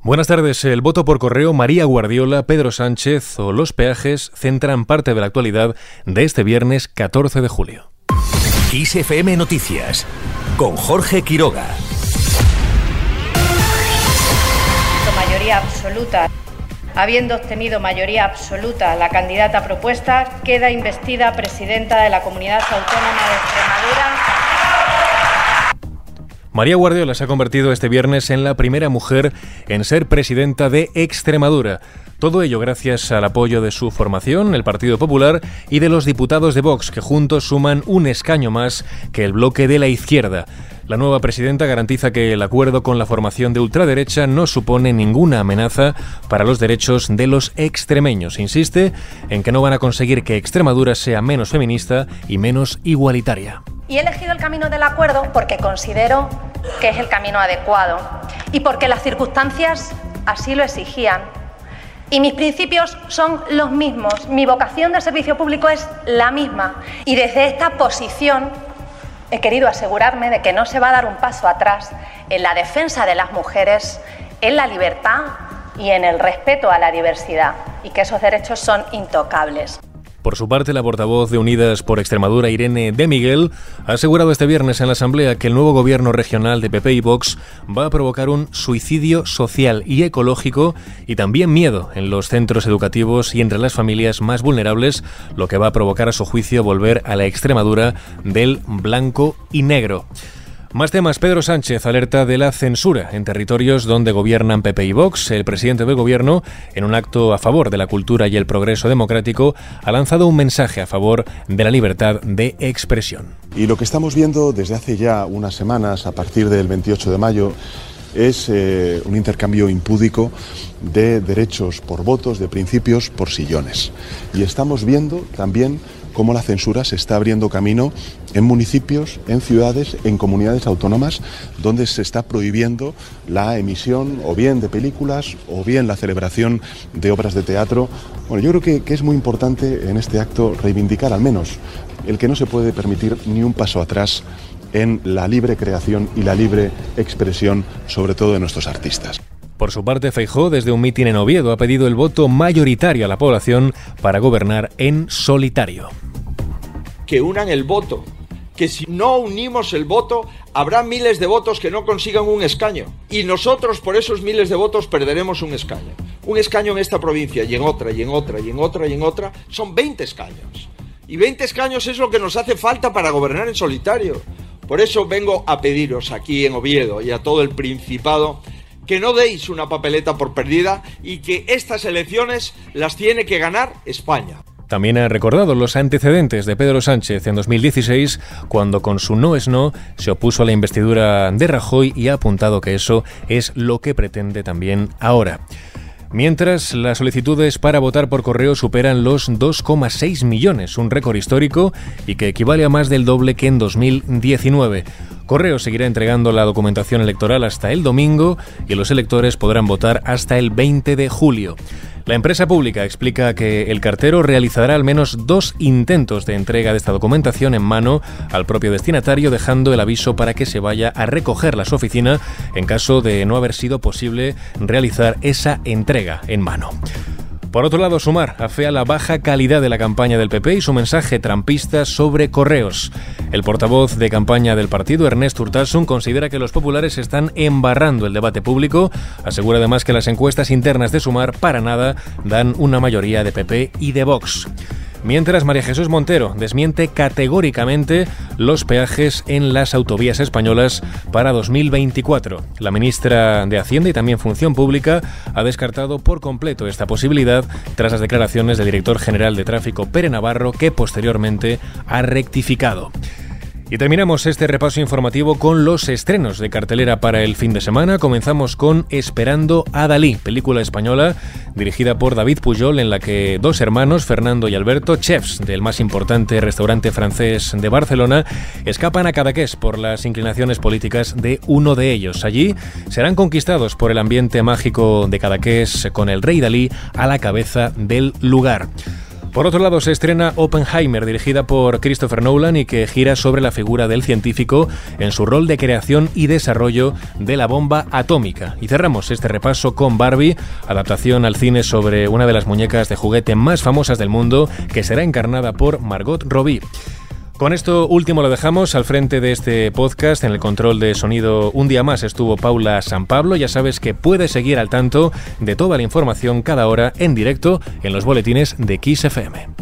Buenas tardes. El voto por correo, María Guardiola, Pedro Sánchez o los peajes centran parte de la actualidad de este viernes 14 de julio. XS FM Noticias, con Jorge Quiroga. Mayoría absoluta. Habiendo obtenido mayoría absoluta, la candidata propuesta queda investida presidenta de la Comunidad Autónoma de Extremadura. María Guardiola se ha convertido este viernes en la primera mujer en ser presidenta de Extremadura. Todo ello gracias al apoyo de su formación, el Partido Popular, y de los diputados de Vox, que juntos suman un escaño más que el bloque de la izquierda. La nueva presidenta garantiza que el acuerdo con la formación de ultraderecha no supone ninguna amenaza para los derechos de los extremeños. Insiste en que no van a conseguir que Extremadura sea menos feminista y menos igualitaria. Y he elegido el camino del acuerdo porque considero que es el camino adecuado y porque las circunstancias así lo exigían. Y mis principios son los mismos, mi vocación de servicio público es la misma. Y desde esta posición he querido asegurarme de que no se va a dar un paso atrás en la defensa de las mujeres, en la libertad y en el respeto a la diversidad, y que esos derechos son intocables. Por su parte, la portavoz de Unidas por Extremadura, Irene de Miguel, ha asegurado este viernes en la Asamblea que el nuevo gobierno regional de PP y Vox va a provocar un suicidio social y ecológico y también miedo en los centros educativos y entre las familias más vulnerables, lo que va a provocar, a su juicio, volver a la Extremadura del blanco y negro. Más temas. Pedro Sánchez alerta de la censura en territorios donde gobiernan PP y Vox. El presidente del gobierno, en un acto a favor de la cultura y el progreso democrático, ha lanzado un mensaje a favor de la libertad de expresión. Y lo que estamos viendo desde hace ya unas semanas, a partir del 28 de mayo, es un intercambio impúdico de derechos por votos, de principios por sillones. Y estamos viendo también cómo la censura se está abriendo camino en municipios, en ciudades, en comunidades autónomas, donde se está prohibiendo la emisión o bien de películas o bien la celebración de obras de teatro. Bueno, yo creo que es muy importante en este acto reivindicar al menos el que no se puede permitir ni un paso atrás en la libre creación y la libre expresión, sobre todo de nuestros artistas. Por su parte, Feijóo, desde un mitin en Oviedo, ha pedido el voto mayoritario a la población para gobernar en solitario. Que unan el voto, que si no unimos el voto, habrá miles de votos que no consigan un escaño. Y nosotros por esos miles de votos perderemos un escaño. Un escaño en esta provincia y en otra, y en otra, y en otra, y en otra, son 20 escaños. Y 20 escaños es lo que nos hace falta para gobernar en solitario. Por eso vengo a pediros aquí en Oviedo y a todo el Principado que no deis una papeleta por perdida y que estas elecciones las tiene que ganar España. También ha recordado los antecedentes de Pedro Sánchez en 2016, cuando con su no es no se opuso a la investidura de Rajoy, y ha apuntado que eso es lo que pretende también ahora. Mientras, las solicitudes para votar por correo superan los 2,6 millones, un récord histórico y que equivale a más del doble que en 2019. Correo seguirá entregando la documentación electoral hasta el domingo y los electores podrán votar hasta el 20 de julio. La empresa pública explica que el cartero realizará al menos 2 intentos de entrega de esta documentación en mano al propio destinatario, dejando el aviso para que se vaya a recogerla a su oficina en caso de no haber sido posible realizar esa entrega en mano. Por otro lado, Sumar afea la baja calidad de la campaña del PP y su mensaje trampista sobre correos. El portavoz de campaña del partido, Ernest Urtasun, considera que los populares están embarrando el debate público. Asegura además que las encuestas internas de Sumar para nada dan una mayoría de PP y de Vox. Mientras, María Jesús Montero desmiente categóricamente los peajes en las autovías españolas para 2024. La ministra de Hacienda y también Función Pública ha descartado por completo esta posibilidad tras las declaraciones del director general de Tráfico, Pere Navarro, que posteriormente ha rectificado. Y terminamos este repaso informativo con los estrenos de cartelera para el fin de semana. Comenzamos con Esperando a Dalí, película española dirigida por David Pujol, en la que 2 hermanos, Fernando y Alberto, chefs del más importante restaurante francés de Barcelona, escapan a Cadaqués por las inclinaciones políticas de uno de ellos. Allí serán conquistados por el ambiente mágico de Cadaqués, con el rey Dalí a la cabeza del lugar. Por otro lado, se estrena Oppenheimer, dirigida por Christopher Nolan y que gira sobre la figura del científico en su rol de creación y desarrollo de la bomba atómica. Y cerramos este repaso con Barbie, adaptación al cine sobre una de las muñecas de juguete más famosas del mundo, que será encarnada por Margot Robbie. Con esto último lo dejamos. Al frente de este podcast, en el control de sonido un día más, estuvo Paula San Pablo. Ya sabes que puedes seguir al tanto de toda la información cada hora en directo en los boletines de Kiss FM.